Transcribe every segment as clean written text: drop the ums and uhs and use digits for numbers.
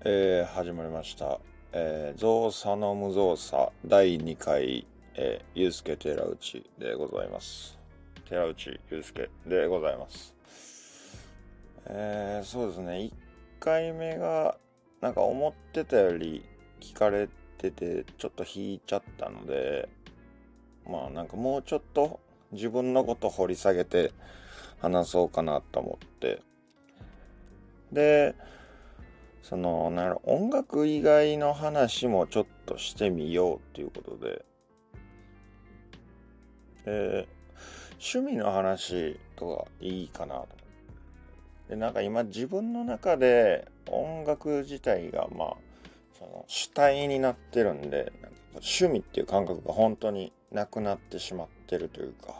始まりました。造作の無造作第2回、ゆうすけ寺内でございます。寺内ゆうすけでございます。そうですね。1回目がなんか思ってたより聞かれててちょっと引いちゃったので、まあなんかもうちょっと自分のこと掘り下げて話そうかなと思って。で、音楽以外の話もちょっとしてみようっていうことで、趣味の話とかいいかなと思って。で、なんか今自分の中で音楽自体が主体になってるんで、なんか趣味っていう感覚が本当になくなってしまってるというか、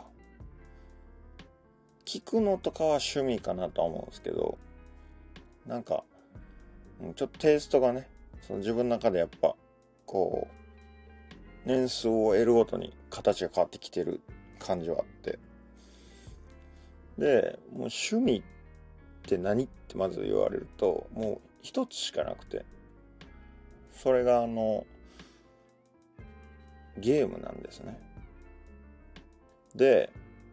聞くのとかは趣味かなとは思うんですけど、なんか、ちょっとテイストがね、自分の中でやっぱ、こう、年数を得るごとに形が変わってきてる感じはあって。で、もう趣味って何ってまず言われると、もう一つしかなくて、それがゲームなんですね。で、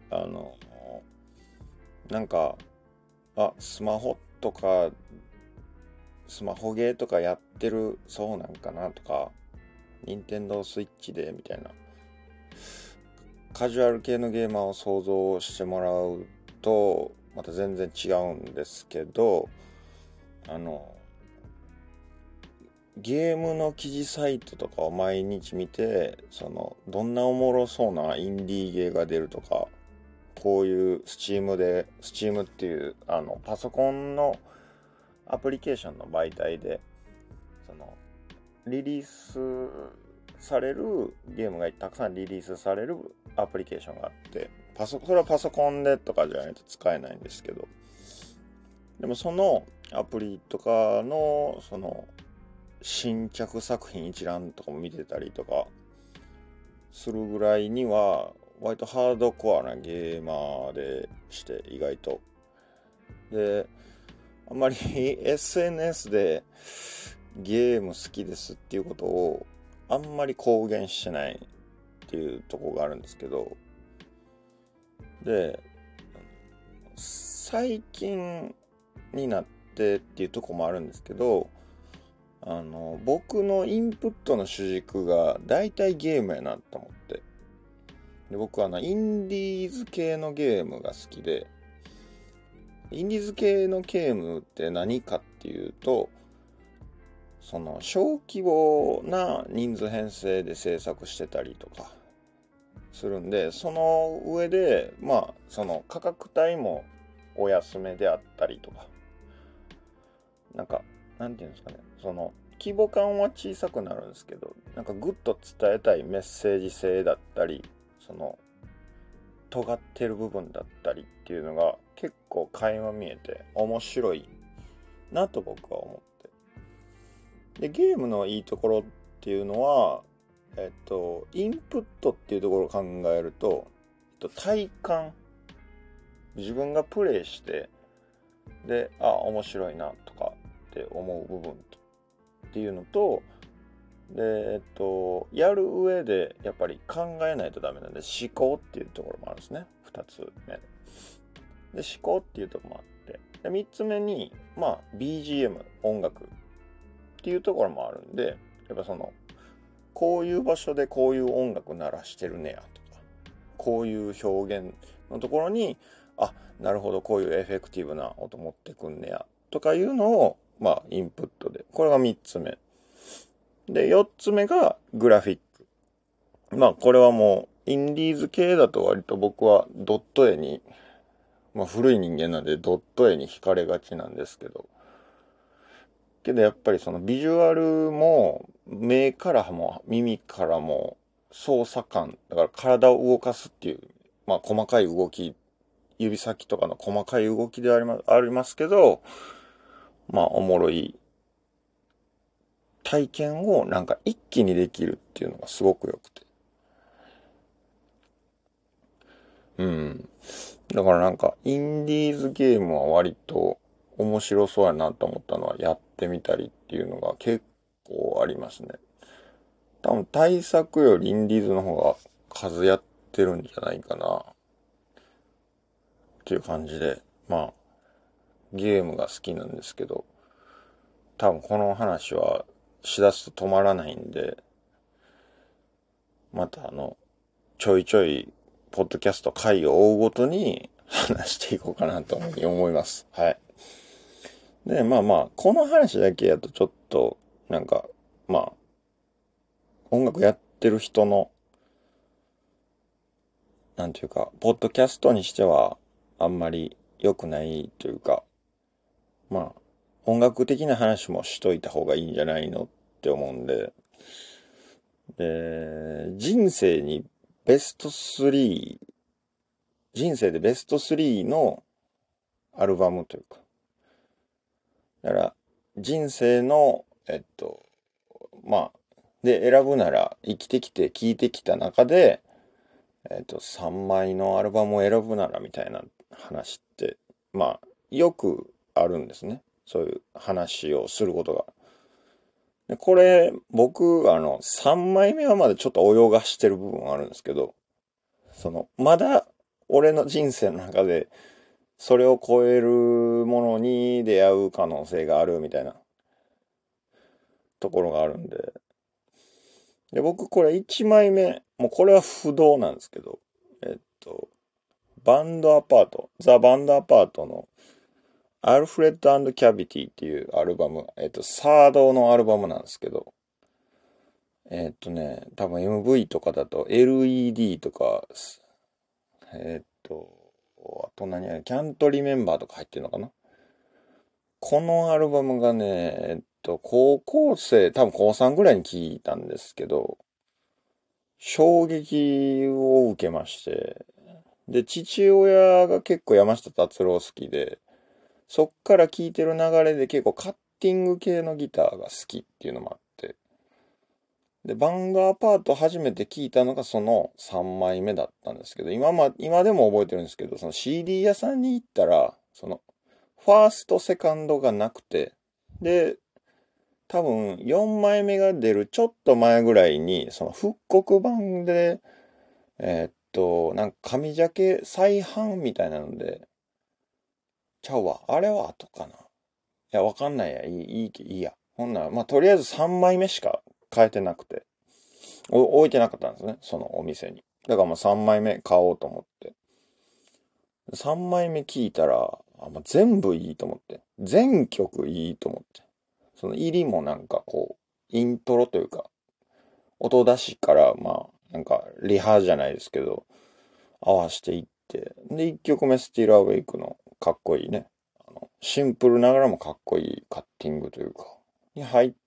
なんか、スマホとか、スマホゲーとかやってるそうなんかなとか、任天堂スイッチでみたいなカジュアル系のゲーマーを想像してもらうとまた全然違うんですけど、ゲームの記事サイトとかを毎日見て、どんなおもろそうなインディーゲーが出るとか、こういうスチームっていうパソコンのアプリケーションの媒体でリリースされるゲームがたくさんリリースされるアプリケーションがあって、それはパソコンでとかじゃないと使えないんですけど、でもそのアプリとかの新着作品一覧とかも見てたりとかするぐらいには割とハードコアなゲーマーでして、意外とであんまりSNS でゲーム好きですっていうことをあんまり公言してないっていうところがあるんですけど、で最近になってっていうところもあるんですけど、僕のインプットの主軸が大体ゲームやなと思って、で僕はインディーズ系のゲームが好きで、インディーズ系のゲームって何かっていうと、小規模な人数編成で制作してたりとかするんで、その上で価格帯もお安めであったりとか、なんていうんですかね、規模感は小さくなるんですけど、なんかグッと伝えたいメッセージ性だったり、尖ってる部分だったりっていうのが結構垣間見えて面白いなと僕は思って。で、ゲームのいいところっていうのは、インプットっていうところを考えると、体感、自分がプレイして、で、面白いなとかって思う部分っていうのと、で、やる上でやっぱり考えないとダメなんで、思考っていうところもあるんですね。二つ目で。思考っていうところもあって。で、三つ目に、BGM、音楽っていうところもあるんで、やっぱこういう場所でこういう音楽鳴らしてるねやとか、こういう表現のところに、なるほど、こういうエフェクティブな音持ってくんねやとかいうのを、インプットで。これが三つ目。で、四つ目がグラフィック。これはもう、インディーズ系だと割と僕はドット絵に、古い人間なんでドット絵に惹かれがちなんですけどやっぱりビジュアルも目からも耳からも操作感、だから体を動かすっていう、細かい動き、指先とかの細かい動きでありますけど、おもろい体験をなんか一気にできるっていうのがすごく良くて。うん。だからなんか、インディーズゲームは割と面白そうやなと思ったのはやってみたりっていうのが結構ありますね。多分対策よりインディーズの方が数やってるんじゃないかなっていう感じで、まあゲームが好きなんですけど、多分この話はしだすと止まらないんで、またちょいちょいポッドキャスト回を追うごとに話していこうかなと思います。はい。で、まあまあ、この話だけやとちょっと、なんか、まあ、音楽やってる人の、なんていうか、ポッドキャストにしては、あんまり良くないというか、まあ、音楽的な話もしといた方がいいんじゃないのって思うんで、人生にベスト3、人生でベスト3のアルバムというか、だから、人生の、まあ、で、選ぶなら、生きてきて聴いてきた中で、3枚のアルバムを選ぶならみたいな話って、まあ、よくあるんですね。そういう話をすることが。で、これ、僕、3枚目はまだちょっと泳がしてる部分はあるんですけど、まだ、俺の人生の中で、それを超えるものに出会う可能性があるみたいなところがあるんで。で、僕これ1枚目、もうこれは不動なんですけど、バンドアパート、ザ・バンドアパートのアルフレッド&キャビティっていうアルバム、サードのアルバムなんですけど、多分 MV とかだと LED とか、あと何や、キャントリメンバーとか入ってるのかな。このアルバムがね、高校生、多分高3ぐらいに聞いたんですけど、衝撃を受けまして、で、父親が結構山下達郎好きで、そっから聴いてる流れで結構カッティング系のギターが好きっていうのもあって、で、バンドアパート初めて聴いたのがその3枚目だったんですけど、今でも覚えてるんですけど、その CD 屋さんに行ったら、ファースト、セカンドがなくて、で、多分4枚目が出るちょっと前ぐらいに、その復刻版で、なんか紙ジャケ再販みたいなので、ちゃうわ。あれは後かな。いや、わかんないや。いいや。ほんなら、まあ、とりあえず3枚目しか買えてなくて、置いてなかったんですね。そのお店に。だからまあ3枚目買おうと思って。3枚目聞いたら、全部いいと思って。全曲いいと思って。その入りもなんかこう、イントロというか、音出しから、まあ、なんか、リハじゃないですけど、合わしていって、で、1曲目、スティールアウェイクのかっこいいね、シンプルながらもかっこいいカッティングというか、に入って、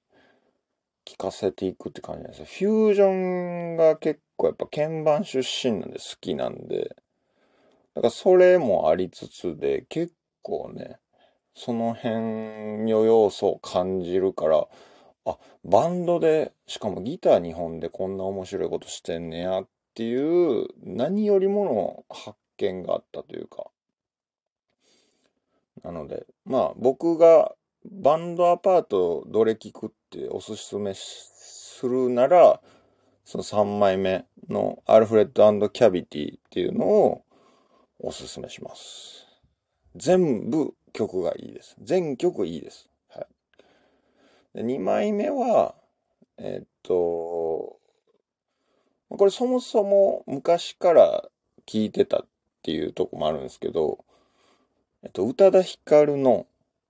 聴かせていくって感じなんですよ。フュージョンが結構やっぱ鍵盤出身なんで好きなんで、だからそれもありつつで、結構ね、その辺の要素を感じるから、あ、バンドで、しかもギター2本でこんな面白いことしてんねやっていう、何よりもの発見があったというか。なので、まあ僕がバンドアパートどれ聞くっておすすめするなら、その3枚目のアルフレッド&キャビティっていうのをおすすめします。全部曲がいいです。全曲いいです。はい。で、2枚目は、これそもそも昔から聞いてたっていうとこもあるんですけど、宇多田ヒカルの、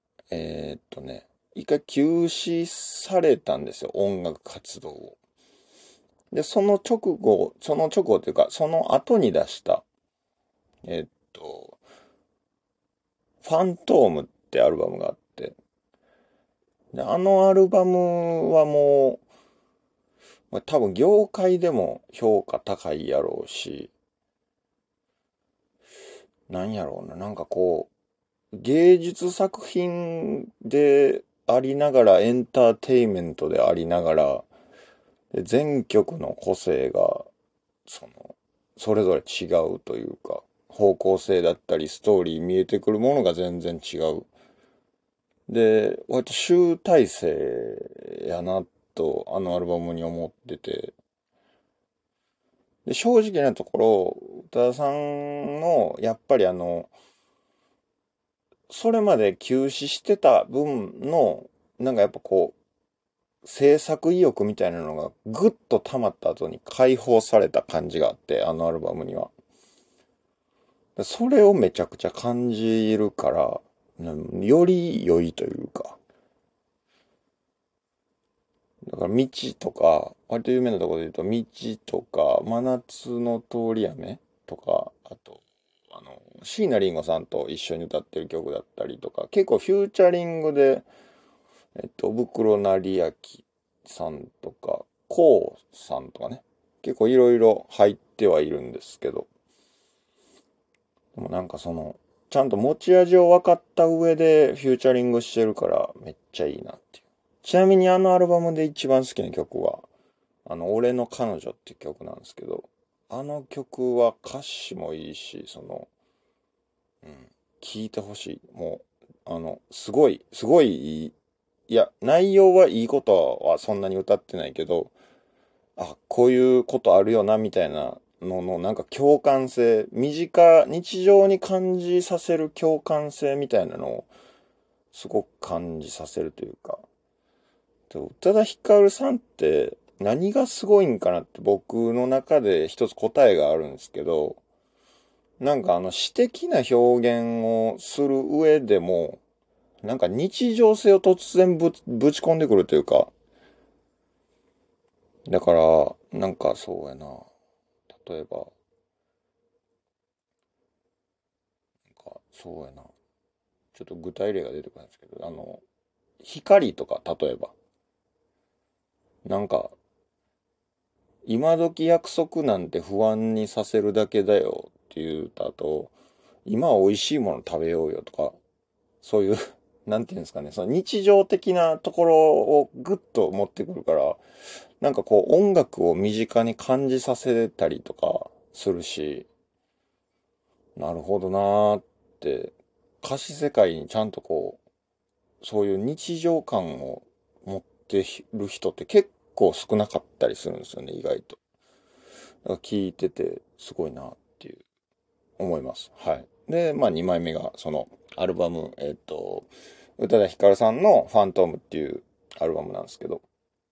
一回休止されたんですよ、音楽活動を。で、その直後というか、その後に出した、えっと、ファントームってアルバムがあって、で、あのアルバムはもう、多分業界でも評価高いやろうし、なんやろうな、なんかこう、芸術作品でありながらエンターテインメントでありながら、で全曲の個性が、それぞれ違うというか、方向性だったりストーリー見えてくるものが全然違う。 で、割と集大成やなと、あのアルバムに思ってて、で、正直なところ、宇多田さんの、やっぱりそれまで休止してた分の、なんかやっぱこう、制作意欲みたいなのがぐっと溜まった後に解放された感じがあって、あのアルバムには。それをめちゃくちゃ感じるから、より良いというか。だから道とか、割と有名なところで言うと、道とか、真夏の通り雨とか、あと、椎名林檎さんと一緒に歌ってる曲だったりとか、結構フューチャリングで、おぶくろなりやきさんとか、こうさんとかね、結構いろいろ入ってはいるんですけど、でもなんかちゃんと持ち味を分かった上でフューチャリングしてるからめっちゃいいなっていう。ちなみにあのアルバムで一番好きな曲は、俺の彼女っていう曲なんですけど、あの曲は歌詞もいいし、うん、聴いてほしい。もう、すごいいい。いや、内容はいいことはそんなに歌ってないけど、あ、こういうことあるよな、みたいなのの、なんか共感性、日常に感じさせる共感性みたいなのを、すごく感じさせるというか。宇多田ヒカルさんって何がすごいんかなって僕の中で一つ答えがあるんですけど、なんか詩的な表現をする上でも、なんか日常性を突然ぶち込んでくるというか、だから、なんかそうやな。例えば、なんかそうやな。ちょっと具体例が出てこないんですけど、光とか、例えば、なんか、今時約束なんて不安にさせるだけだよっていう歌と、今は美味しいもの食べようよとか、そういうなんていうんですかね、その日常的なところをぐっと持ってくるから、なんかこう音楽を身近に感じさせたりとかするし、なるほどなーって、歌詞世界にちゃんとこう、そういう日常感を持ってる人って結構少なかったりするんですよね、意外と。だから聞いててすごいなっていう思います。はい。で、まあ2枚目がそのアルバム、宇多田ヒカルさんのファントームっていうアルバムなんですけど。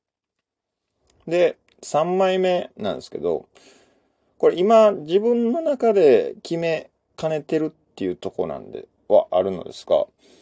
で、3枚目なんですけど、これ今自分の中で決めかねてるっていうとこなんではあるのですが、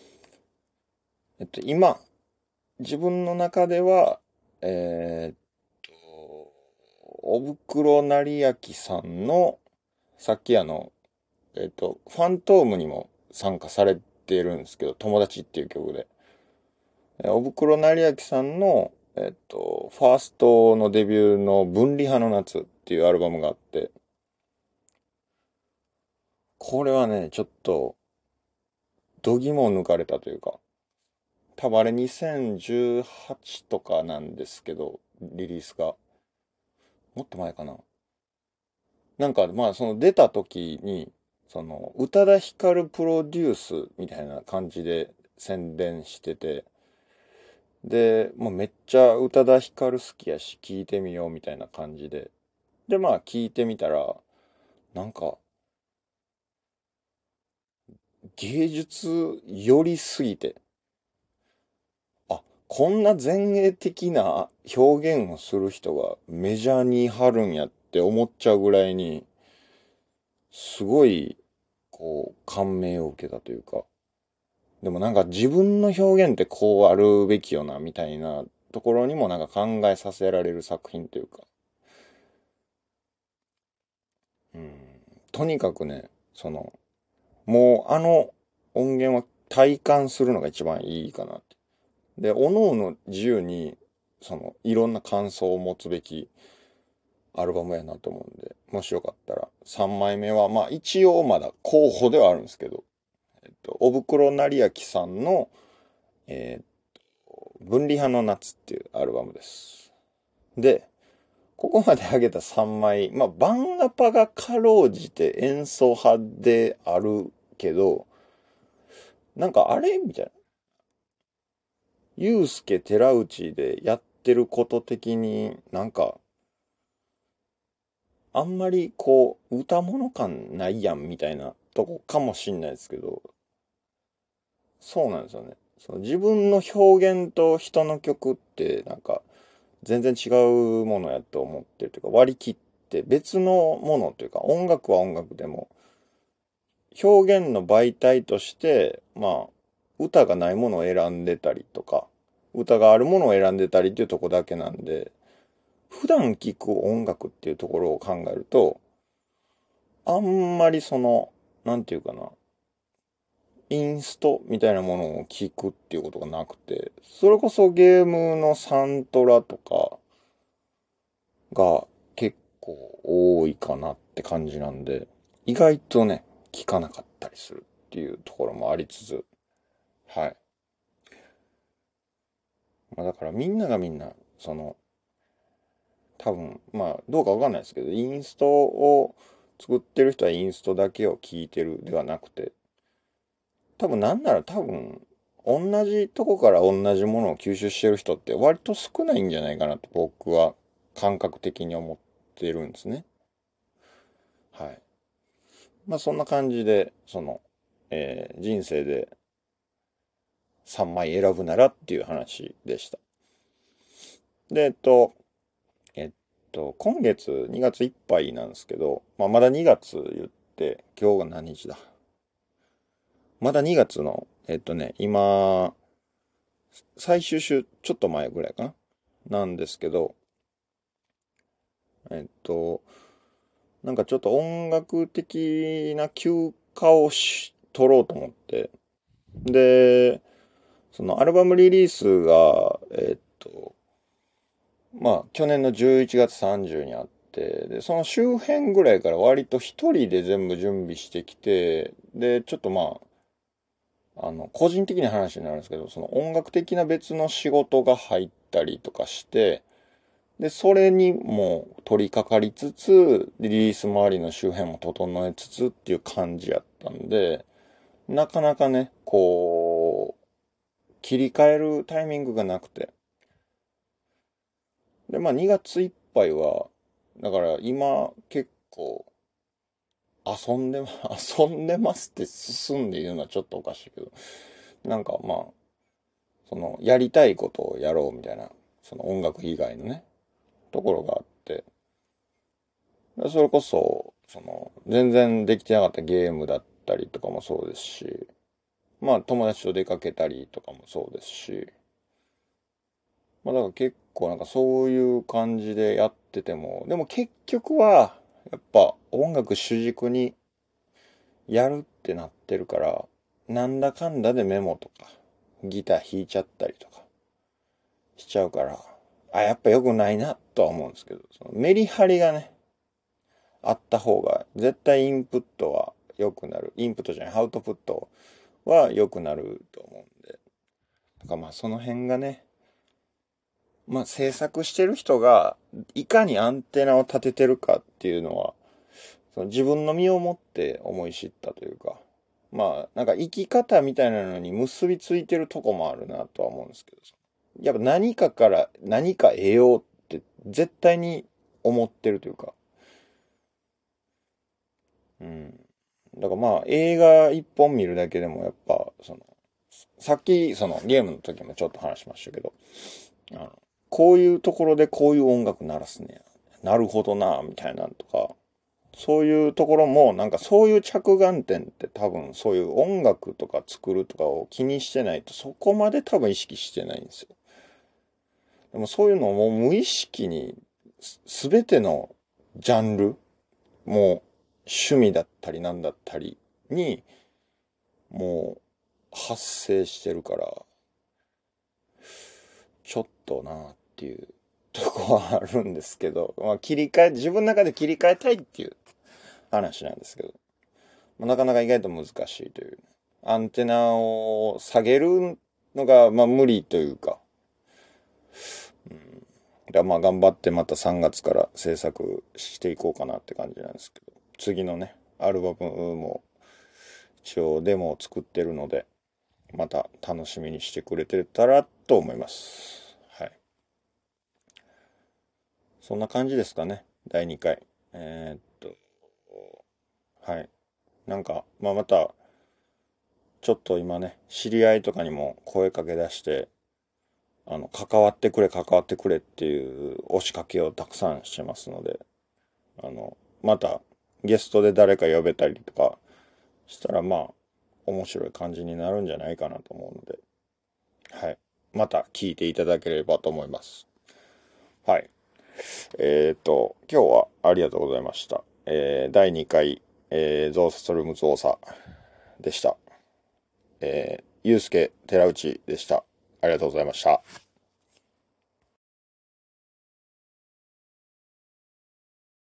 今、自分の中では、えーっおぶくろなりやきさんの、さっきファントームにも参加されているんですけど、友達っていう曲で。おぶくろなりやきさんの、ファーストのデビューの分離派の夏っていうアルバムがあって、これはね、ちょっと、度肝を抜かれたというか、多分あれ2018とかなんですけど、リリースが。もっと前かな。なんか、まあ、その出た時に、宇多田ヒカルプロデュースみたいな感じで宣伝してて、で、もうめっちゃ宇多田ヒカル好きやし、聞いてみようみたいな感じで。で、まあ、聞いてみたら、なんか、芸術寄りすぎて、あ、こんな前衛的な表現をする人がメジャーに張るんやって思っちゃうぐらいに、すごい、こう、感銘を受けたというか、でもなんか自分の表現ってこうあるべきよな、みたいなところにもなんか考えさせられる作品というか、うん、とにかくね、もう音源は体感するのが一番いいかなって。で、各々自由に、いろんな感想を持つべきアルバムやなと思うんで、もしよかったら、3枚目は、まあ一応まだ候補ではあるんですけど、おぶくろなりやきさんの、え分離派の夏っていうアルバムです。で、ここまで上げた3枚、まあ、バンガパがかろうじて演奏派であるけど、なんかあれみたいな。 ユうスケ寺内でやってること的になんか、あんまりこう、歌物感ないやんみたいなとこかもしんないですけど、そうなんですよね。その自分の表現と人の曲ってなんか全然違うものやと思ってるというか割り切って別のものというか音楽は音楽でも表現の媒体としてまあ歌がないものを選んでたりとか歌があるものを選んでたりっていうとこだけなんで普段聴く音楽っていうところを考えるとあんまりそのなんていうかなインストみたいなものを聞くっていうことがなくて、それこそゲームのサントラとかが結構多いかなって感じなんで、意外とね、聞かなかったりするっていうところもありつつ、はい。まあだからみんながみんな、その、多分、まあどうかわかんないですけど、インストを作ってる人はインストだけを聞いてるではなくて、多分なんなら多分、同じとこから同じものを吸収してる人って割と少ないんじゃないかなと僕は感覚的に思ってるんですね。はい。まあそんな感じで、その、人生で3枚選ぶならっていう話でした。で、えっ今月2月いっぱいなんですけど、まあまだ2月言って、今日が何日だ。まだ2月の、今、最終週、ちょっと前ぐらいかななんですけど、えっと、なんかちょっと音楽的な休暇を取ろうと思って、で、そのアルバムリリースが、まあ、去年の11月30にあって、で、その周辺ぐらいから割と一人で全部準備してきて、で、ちょっとまあ、個人的な話になるんですけど、その音楽的な別の仕事が入ったりとかして、で、それにも取り掛かりつつ、リリース周りの周辺も整えつつっていう感じやったんで、なかなかね、こう、切り替えるタイミングがなくて。で、まあ2月いっぱいは、だから今結構遊んで、遊んでますって進んで言うのはちょっとおかしいけど、なんかまあ、その、やりたいことをやろうみたいな、その音楽以外のね、ところがあって、それこそ、その、全然できてなかったゲームだったりとかもそうですし、まあ友達と出かけたりとかもそうですし、まあだから結構なんかそういう感じでやってても、でも結局は、やっぱ音楽主軸にやるってなってるから、なんだかんだでメモとか、ギター弾いちゃったりとかしちゃうから、あ、やっぱ良くないなとは思うんですけど、そのメリハリがね、あった方が、絶対インプットは良くなる。インプットじゃない、アウトプットは良くなると思うんで。だからまあその辺がね、まあ制作してる人がいかにアンテナを立ててるかっていうのは、その自分の身をもって思い知ったというか、まあなんか生き方みたいなのに結びついてるとこもあるなとは思うんですけど、やっぱ何かから何か得ようって絶対に思ってるというか、うん。だからまあ映画一本見るだけでもやっぱ、その、さっきそのゲームの時もちょっと話しましたけど、あの、こういうところでこういう音楽鳴らすね。なるほどな、みたいなんとか、そういうところも、なんかそういう着眼点って多分そういう音楽とか作るとかを気にしてないとそこまで多分意識してないんですよ。でもそういうのをもう無意識にすべてのジャンル、もう趣味だったりなんだったりにもう発生してるから、ちょっとなっていうとこはあるんですけど、まあ切り替え、自分の中で切り替えたいっていう話なんですけど、なかなか意外と難しいという。アンテナを下げるのが、まあ無理というか、うん。だからまあ頑張ってまた3月から制作していこうかなって感じなんですけど、次のね、アルバムも一応デモを作ってるので、 また楽しみにしてくれてたらと思います。はい。そんな感じですかね。第2回。はい。なんか、また、ちょっと今ね、知り合いとかにも声かけ出して、関わってくれ、関わってくれっていう押しかけをたくさんしてますので、またゲストで誰か呼べたりとかしたら、面白い感じになるんじゃないかなと思うので、はい。また聞いていただければと思います。はい。今日はありがとうございました。第2回、ゾウサストルームゾウサでした。ゆうすけ寺内でした。ありがとうございました。